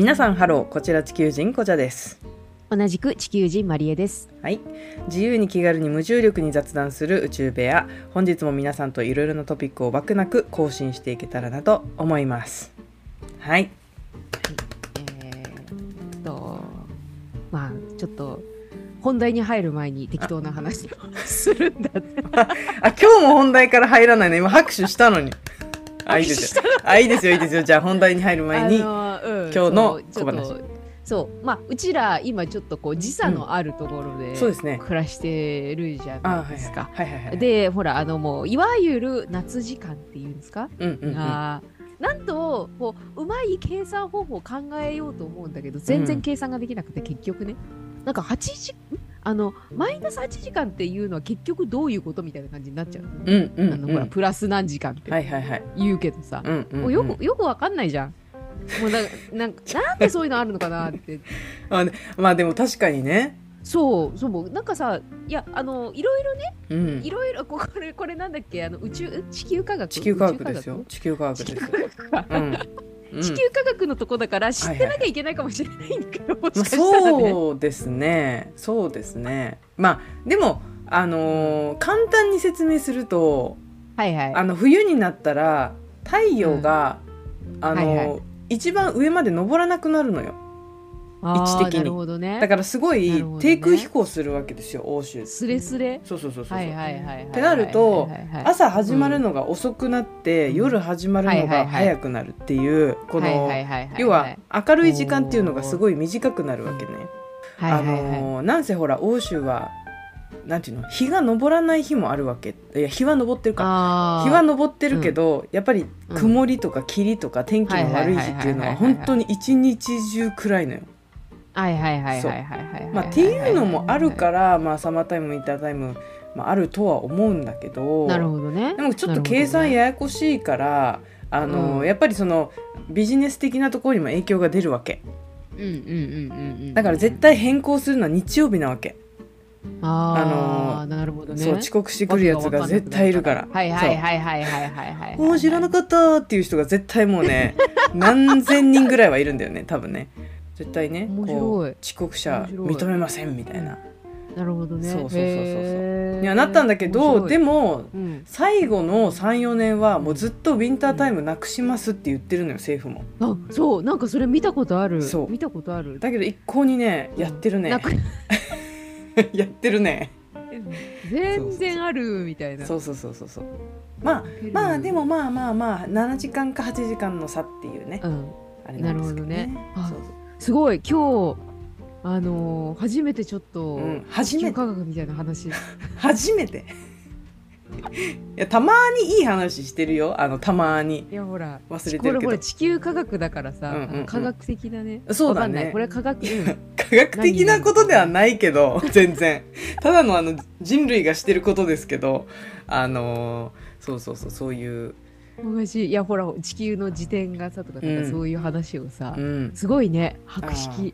皆さんハロー、こちら地球人こちゃです。 同じく地球人マリエです。 はい、自由に気軽に無重力に雑談する宇宙部屋。本日も皆さんといろいろなトピックをバクなく更新していけたらなと思います。はい、 まあちょっと本題に入る前に適当な話をするんだって今日も本題から入らないの。今拍手したのにいいですよ。いいですよ。じゃあ本題に入る前に、今日の小話。 そうまあうちら今ちょっとこう時差のあるところで、 そうですね、 暮らしてるじゃないですか。 でほらもういわゆる夏時間っていうんですか、なんとこううまい計算方法を考えようと思うんだけど全然計算ができなくて、結局ねなんかマイナス8時間っていうのは結局どういうことみたいな感じになっちゃう、ほらプラス何時間って言うけどさ、もうよくわかんないじゃん。もうなんでそういうのあるのかなってまあでも確かにね、 そうなんかさ、いやいろいろね、いろいろこれなんだっけ、地球科学ですよ。地球科学ですよ。 地球科学のとこだから知ってなきゃいけないかもしれないんだけど、もしかしたらね。 そうですね。まあでも簡単に説明すると、冬になったら太陽が、一番上まで登らなくなるのよ、位置的に。 なるほどね。 だからすごい低空飛行するわけですよ、欧州。 スレスレ。 そうってなると、朝始まるのが遅くなって、夜始まるのが早くなるっていう、この要は明るい時間っていうのがすごい短くなるわけね。なんせほら欧州はなんていうの、日が昇らない日もあるわけ。いや、日は昇ってるか、日は昇ってるけど、やっぱり曇りとか霧とか天気の悪い日っていうのは本当に一日中暗いのよ。っていうのもあるから、まあ、サマータイムウィンタータイム、あるとは思うんだけど、 なるほどね。 でもちょっと計算ややこしいから、やっぱりそのビジネス的なところにも影響が出るわけ。だから絶対変更するのは日曜日なわけ。 なるほどね。 そう遅刻してくるやつが絶対いるから。もう知らなかったっていう人が絶対もうね何千人ぐらいはいるんだよね、多分ね。絶対ね、こう遅刻者認めませんみたいな。 なるほどね。 そういやなったんだけど、でも、最後の 3,4 年はもうずっとウィンタータイムなくしますって言ってるのよ、政府も。 そう、なんかそれ見たことある。 だけど一向にねやってるねやってるね。 全然あるみたいな。 そうまあでもまあ7時間か8時間の差っていうね、あれなんですけどね。 すごい今日初めてちょっと地球科学みたいな話初めていやたまにいい話してるよ、たまに。 いやほら忘れてるけど、 これ地球科学だからさ、科学的なね。 そうだね、 これ科学的なことではないけど全然ただの人類がしてることですけど、そういういやほら地球の自転がさとか、そういう話をさ、すごいね、博識。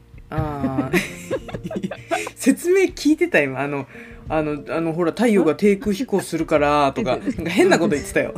説明聞いてた今。ほら太陽が低空飛行するからとかなんか変なこと言ってたよ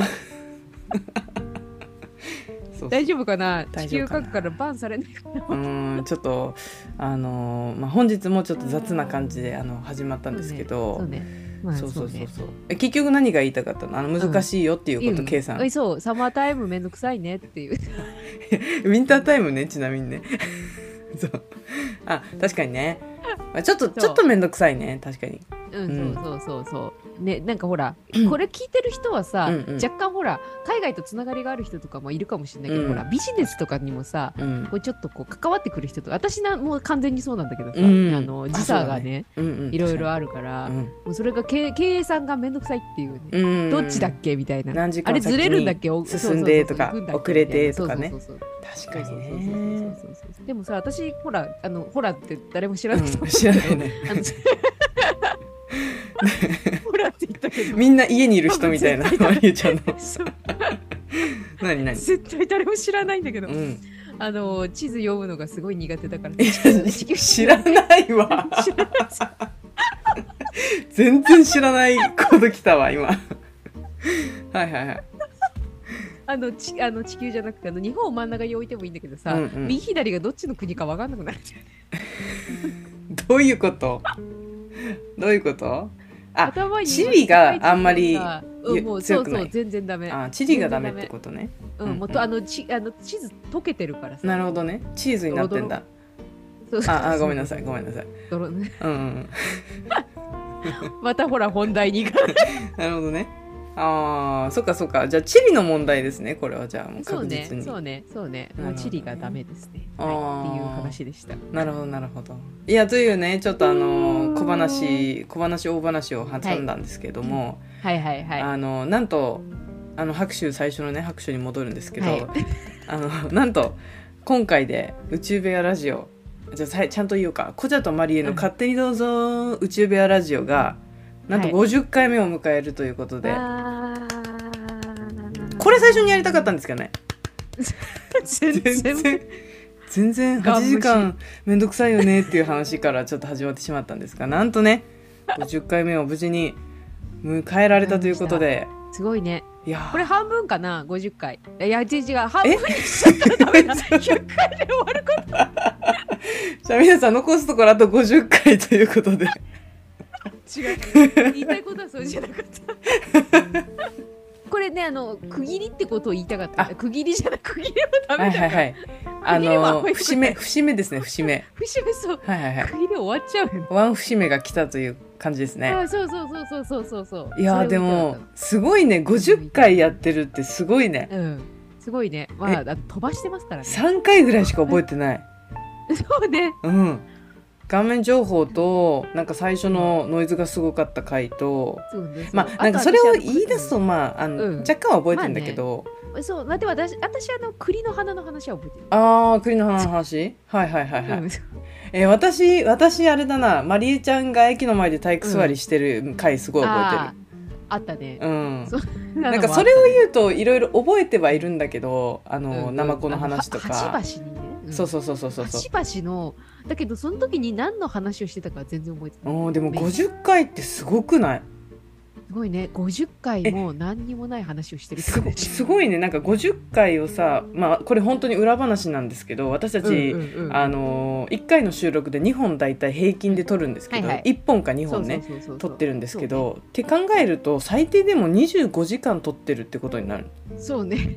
大丈夫かな、地球科学からバンされないかな。 ちょっと本日もちょっと雑な感じで始まったんですけど、結局何が言いたかったの？難しいよっていうこと、計算。 そう、サマータイムめんどくさいねっていうウィンタータイムね、ちなみにねそう確かにね、ちょっとめんどくさいね、確かに。そうね、なんかほらこれ聞いてる人はさ、若干ほら海外とつながりがある人とかもいるかもしれないけど、ほらビジネスとかにもさ、こうちょっとこう関わってくる人とか、私もう完全にそうなんだけどさ、時差がねいろいろあるから、もうそれが計算がめんどくさいっていうね、どっちだっけみたいな、あれずれるんだっけ、進んでとか遅れてとかね。確かにね。 でもさ、私ほらって誰も知らないと思う。 知らないねほらって言ったけど、 みんな家にいる人みたいなマリエちゃんの何絶対誰も知らないんだけど、地図読むのがすごい苦手だから知らないわ全然知らないこと来たわ今地球じゃなくて日本を真ん中に置いてもいいんだけどさ、 うんうん、 右左がどっちの国か分かんなくなるじゃんどういうことどういうこと？あ、チリがあんまりもう強くない。 そうそう全然ダメ。 あ、チリがダメってことね。 もう地図溶けてるからさ。 なるほどね。チーズになってんだ。あ、ごめんなさいごめんなさい。 またほら本題に行かない。 なるほどね。ああ、そっかそっか。じゃあチリの問題ですね、これは。じゃあもう確実に。 そうね。もうチリがダメですね。っていう話でした。 なるほどなるほど。いや、というね、ちょっと小話大話を挟んだんですけども、なんと拍手、最初のね拍手に戻るんですけど、なんと今回で宇宙部屋ラジオ、じゃあちゃんと言おうか、コジャとマリエの勝手にどうぞ宇宙部屋ラジオがなんと50回目を迎えるということで、これ最初にやりたかったんですけどね。全然8時間めんどくさいよねっていう話からちょっと始まってしまったんですが、なんとね50回目を無事に迎えられたということで、 すごいね。 いやこれ半分かな、50回。いや違う、半分にしちゃったらダメだ。100回で終わること。 じゃあ皆さん残すところあと50回ということで。 違う、言いたいことはそうじゃなかったこれね、区切りってことを言いたかった。区切りじゃない、区切りはダメだから、 節目ですね、節目そう、区切り終わっちゃうよね。 ワン節目が来たという感じですね。 そう。 いやでもすごいね、50回やってるってすごいね。 すごいね。まあ飛ばしてますからね。 3回ぐらいしか覚えてない。 そうね。 画面情報となんか最初のノイズがすごかった回と、まあなんかそれを言い出すと若干は覚えてるんだけど、 そうだって私栗の花の話は覚えてる。 ああ、栗の花の話、はい、私あれだな、マリエちゃんが駅の前で体育座りしてる回すごい覚えてる。 あったね。 なんかそれを言うといろいろ覚えてはいるんだけど、ナマコの話とか、 端々にね。 そう端々のだけどその時に何の話をしてたか全然覚えてない。 でも50回ってすごくない？ すごいね。50回も何にもない話をしてるってすごいね。なんか50回をさ、まあこれ本当に裏話なんですけど、私たち、1回の収録で2本だいたい平均で撮るんですけど、1本か2本ね撮ってるんですけど、って考えると最低でも25時間撮ってるってことになる。 そうね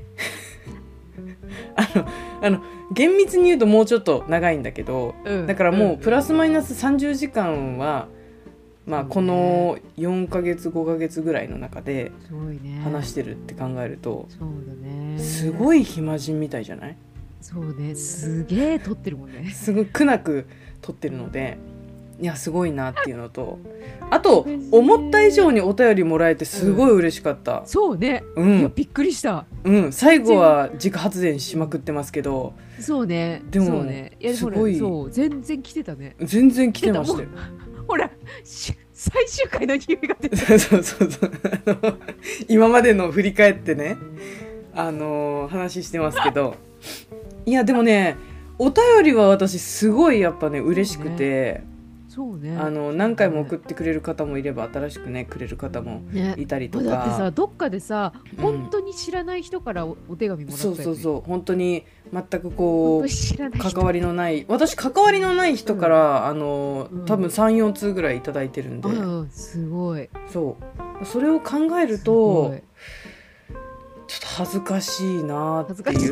厳密に言うともうちょっと長いんだけど、だからもうプラスマイナス30時間は、まあこの4ヶ月5ヶ月ぐらいの中で話してるって考えると、すごい暇人みたいじゃない？ そうね、すげえ撮ってるもんね。 すごくなく撮ってるので、いやすごいなっていうのと、あと思った以上にお便りもらえてすごい嬉しかった。 そうね、いやびっくりした。 最後は自家発電しまくってますけど、 そうね、 でもすごい、 全然来てたね。 全然来てましたよ。 ほら最終回の匂いが出てそう今までの振り返ってね、話してますけど、いやでもね、お便りは私すごいやっぱね嬉しくて、 そうね、 何回も送ってくれる方もいれば新しくねくれる方もいたりとか、 だってさ、どっかでさ本当に知らない人からお手紙もらったよね。 そう本当に全くこう関わりのない、私関わりのない人から、多分 3,4 通ぐらいいただいてるんで、 すごい。 それを考えるとちょっと恥ずかしいなっていう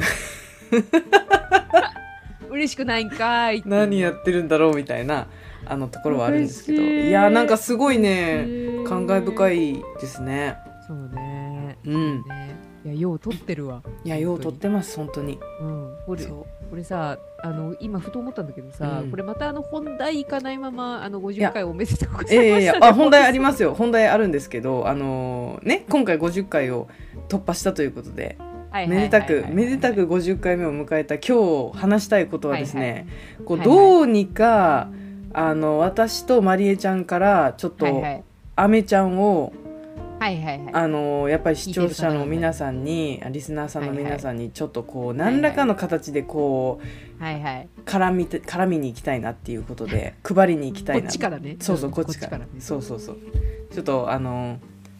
嬉しくないんかい、 何やってるんだろうみたいなところはあるんですけど、いやなんかすごいね感慨深いですね。 そうね、いやよう撮ってるわ。 いやよう撮ってます本当に。 これさ、今ふと思ったんだけどさ、これまた本題いかないまま50回おめでとうございました、ね。 本題ありますよ。本題あるんですけど、ね、今回50回を突破したということで、めでたく50回目を迎えた今日話したいことはですね、こうどうにか私とマリエちゃんからちょっとアメちゃんをやっぱり視聴者の皆さんに、リスナーさんの皆さんにちょっとこう何らかの形でこう絡みに行きたいなっていうことで配りに行きたいな。 こっちからね。 こっちから。そうちょっと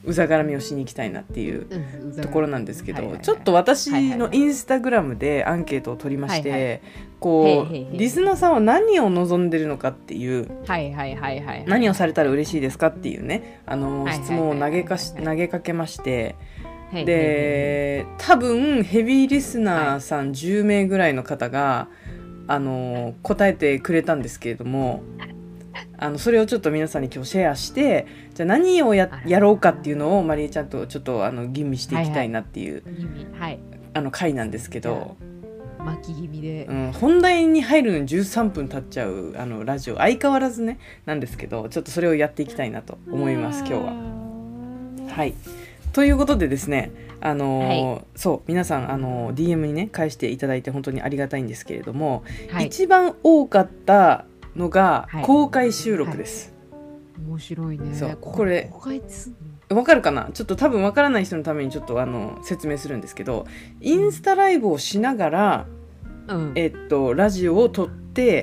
うざがらみをしに行きたいなっていうところなんですけど、 はいはいはい、 ちょっと私のインスタグラムでアンケートを取りまして、はいはい、こうリスナーさんは何を望んでるのかっていう、はいはいはいはい、何をされたら嬉しいですかっていうね、質問を投げかけまして、で多分ヘビーリスナーさん10名ぐらいの方が答えてくれたんですけれども、それをちょっと皆さんに今日シェアして、じゃあ何を やろうかっていうのをまりえちゃんとちょっと吟味していきたいなっていう、はいはい、回なんですけど、 巻き気味で、 本題に入るのに13分経っちゃうラジオ相変わらずねなんですけど、ちょっとそれをやっていきたいなと思います今日は。はい、ということでですね、はい、そう皆さんDM にね返していただいて本当にありがたいんですけれども、はい、一番多かったのが公開収録です、 はいはい、面白いね。 そうこれ公開すんの分かるかな、ちょっと多分分からない人のためにちょっと説明するんですけど、インスタライブをしながら、ラジオを撮って、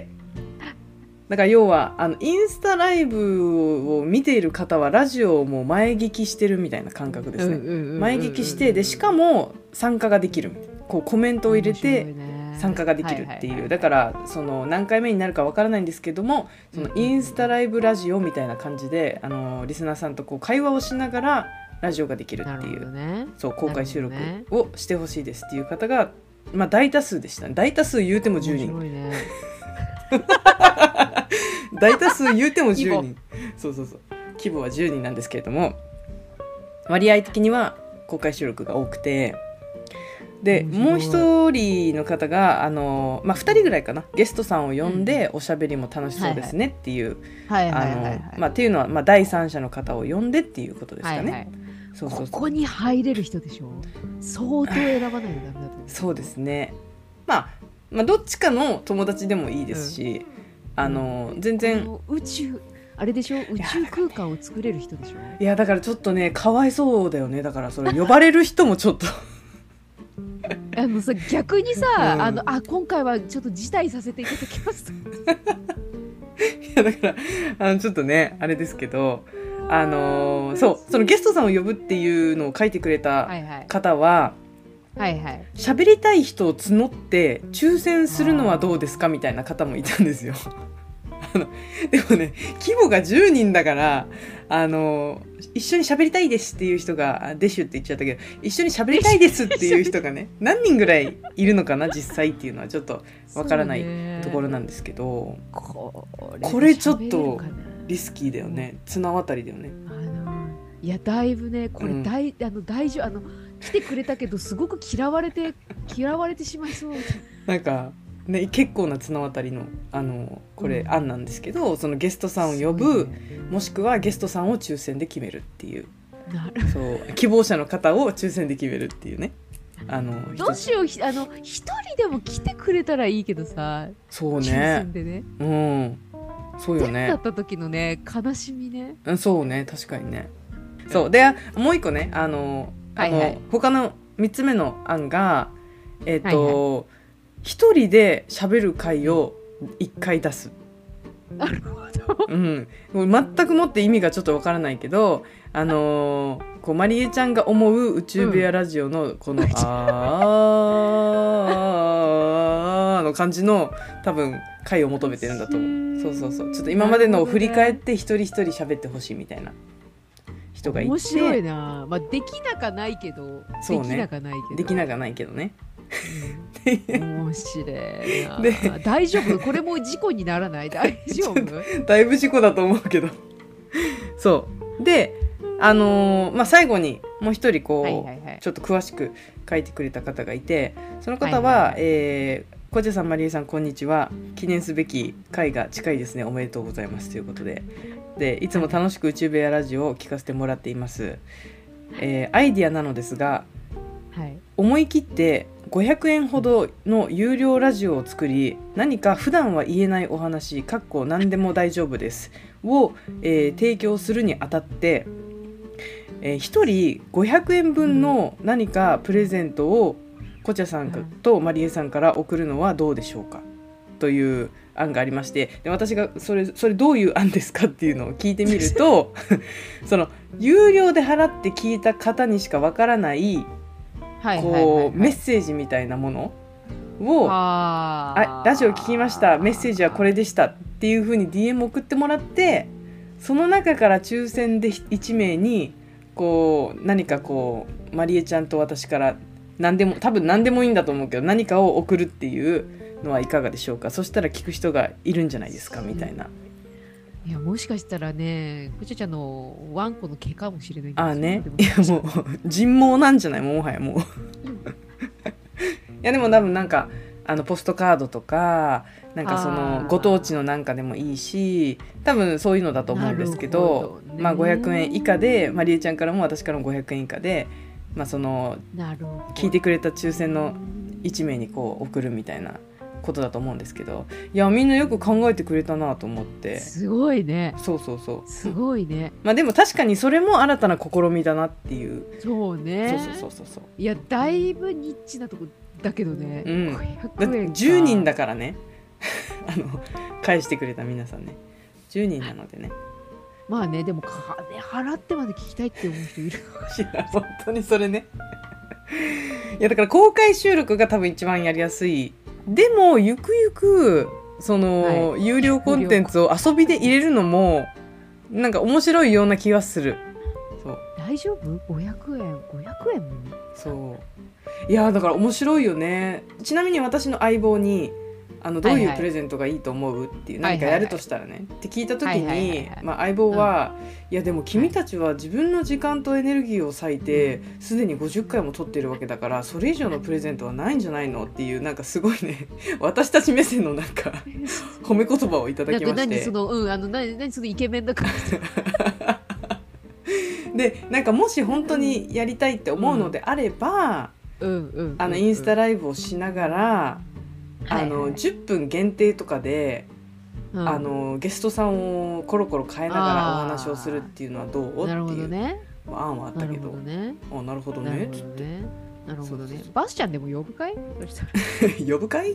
だから要はインスタライブを見ている方はラジオをもう前聞きしてるみたいな感覚ですね。前聞きしてでしかも参加ができる、こうコメントを入れて参加ができるっていう、だからその何回目になるかわからないんですけども、そのインスタライブラジオみたいな感じでリスナーさんとこう会話をしながらラジオができるっていう、ね、そう公開収録をしてほしいですっていう方が、まあ、大多数でしたね。大多数言うても10人。面白いね大多数言うても10人そう規模は10人なんですけれども、割合的には公開収録が多くて、でもう一人の方が2人ぐらいかな、ゲストさんを呼んでおしゃべりも楽しそうですねっていう、っていうのは、第三者の方を呼んでっていうことですかね、はいはい、 そうここに入れる人でしょ、相当選ばないとダメだと思う。 そうですね、まあどっちかの友達でもいいですし、全然宇宙あれでしょ、宇宙空間を作れる人でしょ。 いやだからちょっとねかわいそうだよね。だからそれ呼ばれる人もちょっとさ逆にさ、今回はちょっと辞退させていただきますいやだからちょっとねあれですけど、そのゲストさんを呼ぶっていうのを書いてくれた方は、喋りたい人を募って抽選するのはどうですかみたいな方もいたんですよでもね規模が10人だから一緒に喋りたいですっていう人がデシュって言っちゃったけど、一緒に喋りたいですっていう人がね何人ぐらいいるのかな実際っていうのはちょっとわからないところなんですけど、これちょっとリスキーだよね、綱渡りだよね。 いやだいぶねこれ大丈夫、来てくれたけどすごく嫌われてしまいそうなんかね、結構な綱渡りのこれ案なんですけど、そのゲストさんを呼ぶ、もしくはゲストさんを抽選で決めるっていう、そう希望者の方を抽選で決めるっていうね。 どうしよう、一人でも来てくれたらいいけどさ、 そうね、 抽選でね、 そうよね、 だった時のね悲しみね、 そうね確かにね。そうでもう一個ね他の3つ目の案が一人で喋る回を1回出す。 なるほど、 全くもって意味がちょっとわからないけど、こうまりえちゃんが思う宇宙部屋ラジオのこの、の感じの多分回を求めてるんだと思う。そうちょっと今までのを振り返って一人一人喋ってほしいみたいな人がいて、 面白いな、できなかないけど、 そうね、 できなかないけどね面白いな。で大丈夫、これも事故にならない？大丈夫だいぶ事故だと思うけどそうで最後にもう一人こう、ちょっと詳しく書いてくれた方がいて、その方はこちゃさんまりえさんこんにちは、記念すべき回が近いですね、おめでとうございますということで、いつも楽しく宇宙部屋ラジオを聞かせてもらっています、アイディアなのですが、思い切って500円ほどの有料ラジオを作り、何か普段は言えないお話何でも大丈夫ですを、提供するにあたって、1人500円分の何かプレゼントをこちゃさんとまりえさんから送るのはどうでしょうかという案がありまして、で私がそれどういう案ですかっていうのを聞いてみるとその有料で払って聞いた方にしかわからないこうメッセージみたいなものをラジオ聞きました、メッセージはこれでしたっていう風に DM 送ってもらって、その中から抽選で1名にこう何かこうまりえちゃんと私から多分何でもいいんだと思うけど何かを送るっていうのはいかがでしょうか。そしたら聞く人がいるんじゃないですかみたいな。 いやもしかしたらねこちゃちゃんのワンコの毛かもしれないんですよ。ね、いやもう人毛なんじゃない、もはやもういやでも多分なんかポストカードとかなんかそのご当地のなんかでもいいし、多分そういうのだと思うんですけど、まあ500円以下でまりえちゃんからも私からも500円以下で、まあその聞いてくれた抽選の1名にこう送るみたいなことだと思うんですけど、いやみんなよく考えてくれたなと思って。 すごいね。 そうすごいね。 まあでも確かにそれも新たな試みだなっていう。 そうね。そういやだいぶニッチなとこだけどね、 うん、だって10人だからね返してくれた皆さんね10人なのでね。 まあね、でも金払ってまで聞きたいって思う人いるいや本当にそれねいやだから公開収録が多分一番やりやすい。でもゆくゆくその、有料コンテンツを遊びで入れるのもなんか面白いような気がする。そう大丈夫？500円もそういやだから面白いよね。ちなみに私の相棒にどういうプレゼントがいいと思うっていう何かやるとしたらねって聞いた時に相棒は、いやでも君たちは自分の時間とエネルギーを割いてすでに50回も撮ってるわけだからそれ以上のプレゼントはないんじゃないのっていうなんかすごいね私たち目線のなんか褒め言葉をいただきまして、 何そのイケメンだからでなんかもし本当にやりたいって思うのであれば、インスタライブをしながら10分限定とかで、ゲストさんをコロコロ変えながらお話をするっていうのはどうなるほっていう、 どね、 案はあったけど、なるほどねつって、 なるほどね。バスちゃんでも呼ぶかい呼ぶかい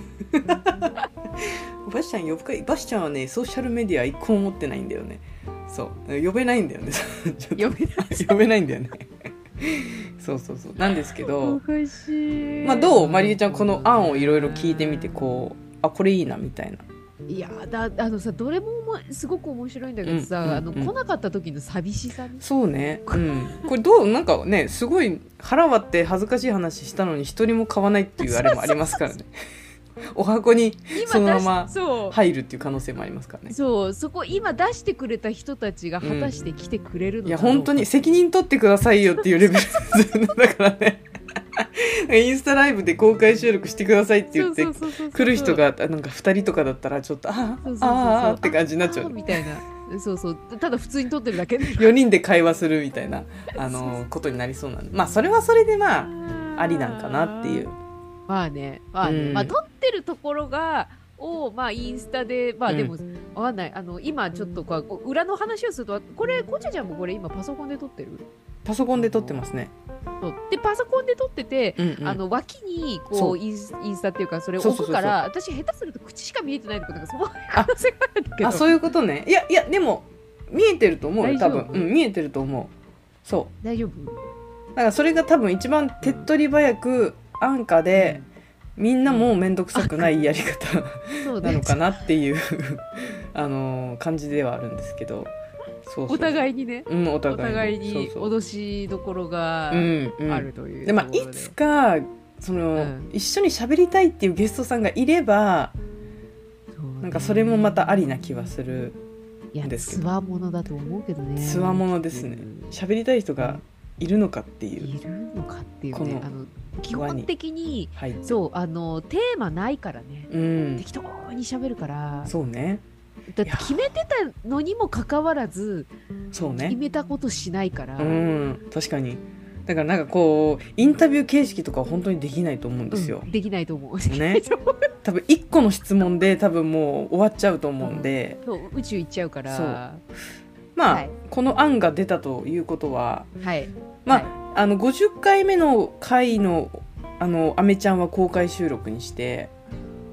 バスちゃん呼ぶかい。バスちゃんはねソーシャルメディア一個も持ってないんだよね。そう呼べないんだよね呼べないんだよねそうなんですけど、まあどうまりえちゃんこの案をいろいろ聞いてみてこれいいなみたいな。 いやさどれもすごく面白いんだけどさ、来なかった時の寂しさね。 そうね、これどうなんかねすごい腹割って恥ずかしい話したのに一人も買わないっていうあれもありますからねお箱にそのまま入るっていう可能性もありますからね。 そこ今出してくれた人たちが果たして来てくれるのか、 いや本当に責任取ってくださいよっていうレベルだからねインスタライブで公開収録してくださいって言って来る人がなんか2人とかだったらちょっとあって感じになっちゃうみたいな。ただ普通に撮ってるだけで 4人で会話するみたいなことになりそうなんで、まあそれはそれでまあありなんかなっていう。 まあね、撮ってるところインスタででもわかんない。今ちょっと裏の話をするとこれこちゃちゃんもこれ今パソコンで撮ってる？ パソコンで撮ってますね。 でパソコンで撮ってて、脇にインスタっていうかそれを置くから私下手すると口しか見えてないとかそういう可能性があるんだけど。 そういうことね。いやでも見えてると思うよ多分。見えてると思う。そう大丈夫。 だからそれが多分一番手っ取り早く安価で、みんなも面倒くさくないやり方なのかなっていう感じではあるんですけど、 お互いにね、 お互いに脅しどころがあるという。 でいつか一緒に喋りたいっていうゲストさんがいれば、なんかそれもまたありな気はするんですけど。 つわものだと思うけどね。 つわものですね。喋りたい人がいるのかっていう。 いるのかっていうね。基本的にテーマないからね。適当に喋るから。そうね。だって決めてたのにもかかわらず、決めたことしないから。 確かに。だからなんかインタビュー形式とかは本当にできないと思うんですよ。 できないと思う。 ね。多分1個の質問で多分もう終わっちゃうと思うんで。 宇宙行っちゃうから。 この案が出たということは、50回目の回のアメちゃんは公開収録にして、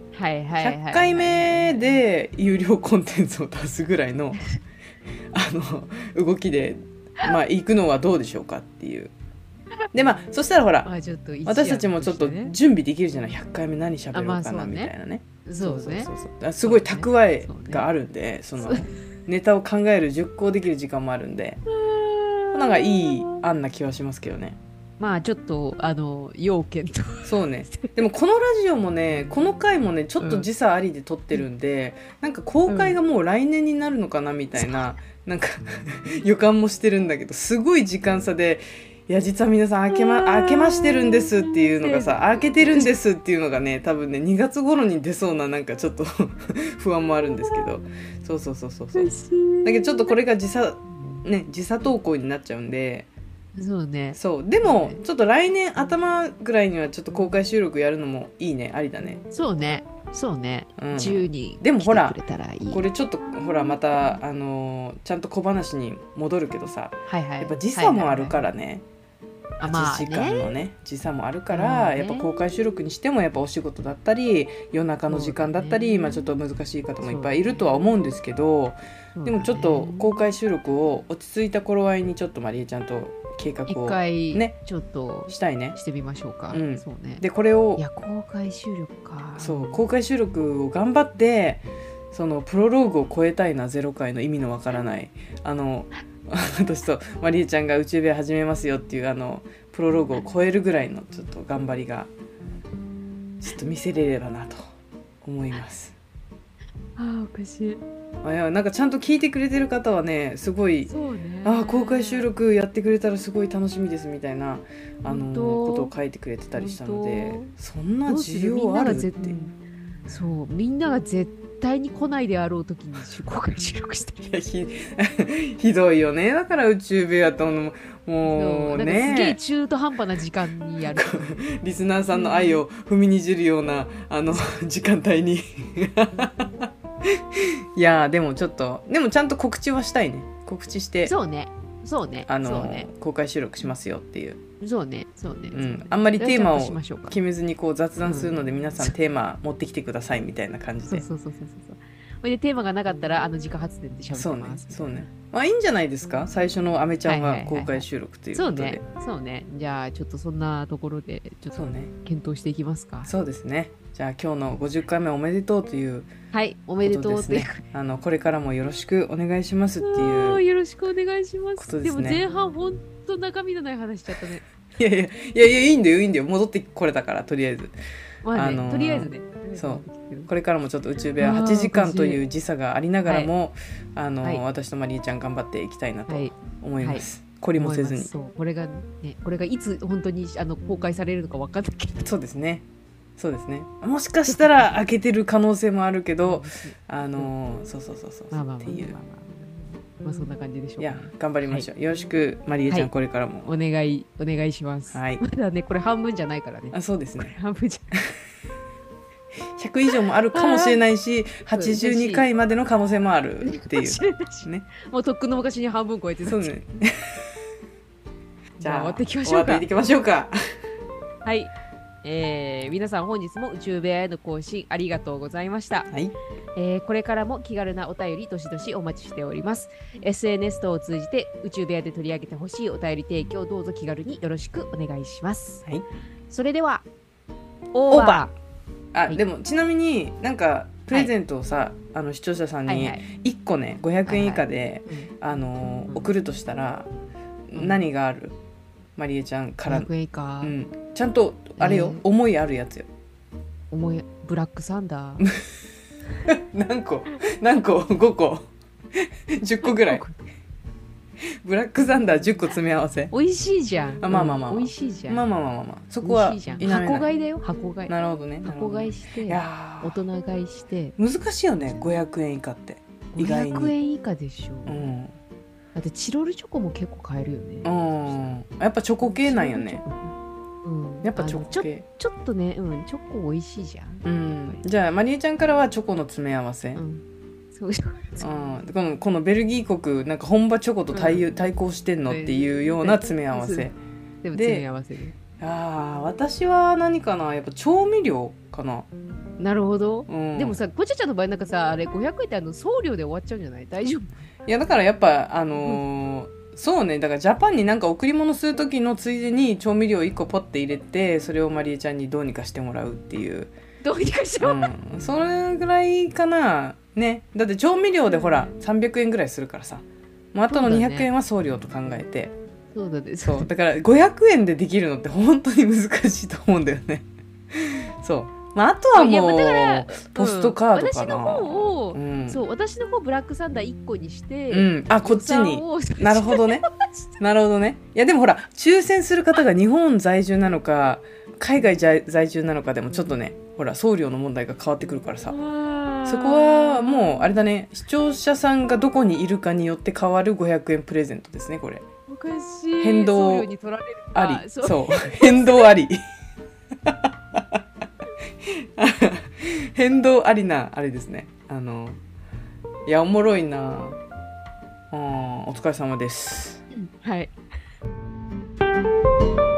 100回目で有料コンテンツを出すぐらいの動きでまあ行くのはどうでしょうかっていう。でまあそしたらほら、私たちもちょっと準備できるじゃない。100回目何喋ろうかなみたいなね。そうすごい蓄えがあるんで、そのネタを考える熟考できる時間もあるんで、なんかいい案な気はしますけどね。 まあちょっと要件とそうね。でもこのラジオもね、この回もねちょっと時差ありで撮ってるんで、なんか公開がもう来年になるのかなみたいな、なんか予感もしてるんだけど、すごい時間差で、いや実は皆さん明けましてるんですっていうのがさ、明けてるんですっていうのがね、多分ね2月頃に出そうな、なんかちょっと不安もあるんですけど、そうだけどちょっとこれが時差投稿になっちゃうんで、 そうね。 そうでもちょっと来年頭ぐらいにはちょっと公開収録やるのもいいね、ありだね。 そうね、自由にでもほら来てくれたらいい。 これちょっとほらまたちゃんと小話に戻るけどさ、やっぱ時差もあるからね、8時間のね時差もあるから、やっぱ公開収録にしてもやっぱお仕事だったり夜中の時間だったり、まあちょっと難しい方もいっぱいいるとは思うんですけど、でもちょっと公開収録を落ち着いた頃合いにちょっとまりえちゃんと計画をねちょっとしたいね、 してみましょうか。そうね。 でこれを公開収録か。 そう公開収録を頑張って、そのプロローグを超えたいな、0回の意味のわからない私とまりえちゃんが宇宙部屋始めますよっていうプロローグを超えるぐらいのちょっと頑張りがちょっと見せれればなと思います。 おかしい。 いやなんかちゃんと聞いてくれてる方はね、すごい、公開収録やってくれたらすごい楽しみですみたいなことを書いてくれてたりしたので、そんな需要あるって。 そうみんなが絶対に来ないであろう時に公開収録してる。 ひどいよね。だから宇宙部屋とのもうね、 すげえ中途半端な時間にやるリスナーさんの愛を踏みにじるような時間帯にいやでもちょっとでもちゃんと告知はしたいね。告知してそうね公開収録しますよっていう。 そうね、 あんまりテーマを決めずにこう雑談するので、皆さんテーマ持ってきてくださいみたいな感じで。 そうでテーマがなかったら自家発電で喋ってます。 そうね。まあいいんじゃないですか。最初のアメちゃんは公開収録ということで。 そうね。じゃあちょっとそんなところでちょっと検討していきますか。 そうですね。じゃあ今日の50回目おめでとうというおめでとうってこれからもよろしくお願いしますっていうよろしくお願いします。でも前半本当中身のない話しちゃったね。いやいいんだよ戻ってこれたから、とりあえずとりあえずね。 そうこれからもちょっと宇宙部屋8時間という時差がありながらも、私とまりえちゃん頑張っていきたいなと思います。懲りもせずに。 これがいつ本当に公開されるのか分かんないけど。 そうですね。もしかしたら開けてる可能性もあるけど、そうっていう。 まあそんな感じでしょうか。 いや頑張りましょう。よろしくまりえちゃん、これからもお願いします。まだねこれ半分じゃないからね。 そうですね。 半分じゃ 100以上もあるかもしれないし、82回までの可能性もあるっていうね。 もうとっくの昔に半分超えてた。 そうね。じゃあ終わっていきましょうか。 はい。 皆さん本日も宇宙部屋への更新ありがとうございました。これからも気軽なお便りどしどしお待ちしております。 SNS 等を通じて宇宙部屋で取り上げてほしいお便り提供どうぞ気軽によろしくお願いします。それではオーバー。でもちなみになんかプレゼントをさ、視聴者さんに1個ね500円以下で送るとしたら何がある？まりえちゃんから 500円以下、 ちゃんとあれよ、思いあるやつよ。 ブラックサンダー何個5個10個ぐらいブラックサンダー10個詰め合わせ。 美味しいじゃん。 まあ美味しいじゃん。 まあそこは箱買いだよ。箱買い。 なるほどね。 箱買いして大人買いして難しいよね。500円以下って意外に 500円以下でしょ。だってチロルチョコも結構買えるよね。 やっぱチョコ系なんよね。やっぱチョコ系ちょっとね、チョコ美味しいじゃん。 じゃあまりえちゃんからはチョコの詰め合わせ。このベルギー国なんか本場チョコと対抗してんのっていうような詰め合わせで詰め合わせで私は何かな、やっぱ調味料かな。 なるほど、 うん、 でもさこちゃちゃんの場合なんかさあれ500円って送料で終わっちゃうんじゃない？大丈夫？ いやだからやっぱそうね、だからジャパンになんか贈り物する時のついでに調味料1個ポッて入れて、それをまりえちゃんにどうにかしてもらうっていう、 どうにかしてもらう、 それぐらいかなね。だって調味料でほら300円ぐらいするからさ、もうあとの200円は送料と考えて、 そうだね、 そうだから500円でできるのって本当に難しいと思うんだよねそう、あとはもうポストカードかな、 私の方を、そう私の方ブラックサンダー1個にして、 こっちになるほどねなるほどね。いやでもほら抽選する方が日本在住なのか海外在住なのかでもちょっとね、ほら送料の問題が変わってくるからさ、そこはもうあれだね、視聴者さんがどこにいるかによって変わる500円プレゼントですね、これ。 おかしい、 変動あり、 そう変動あり変動ありなあれですね。いやおもろいな。お疲れ様です。 はい。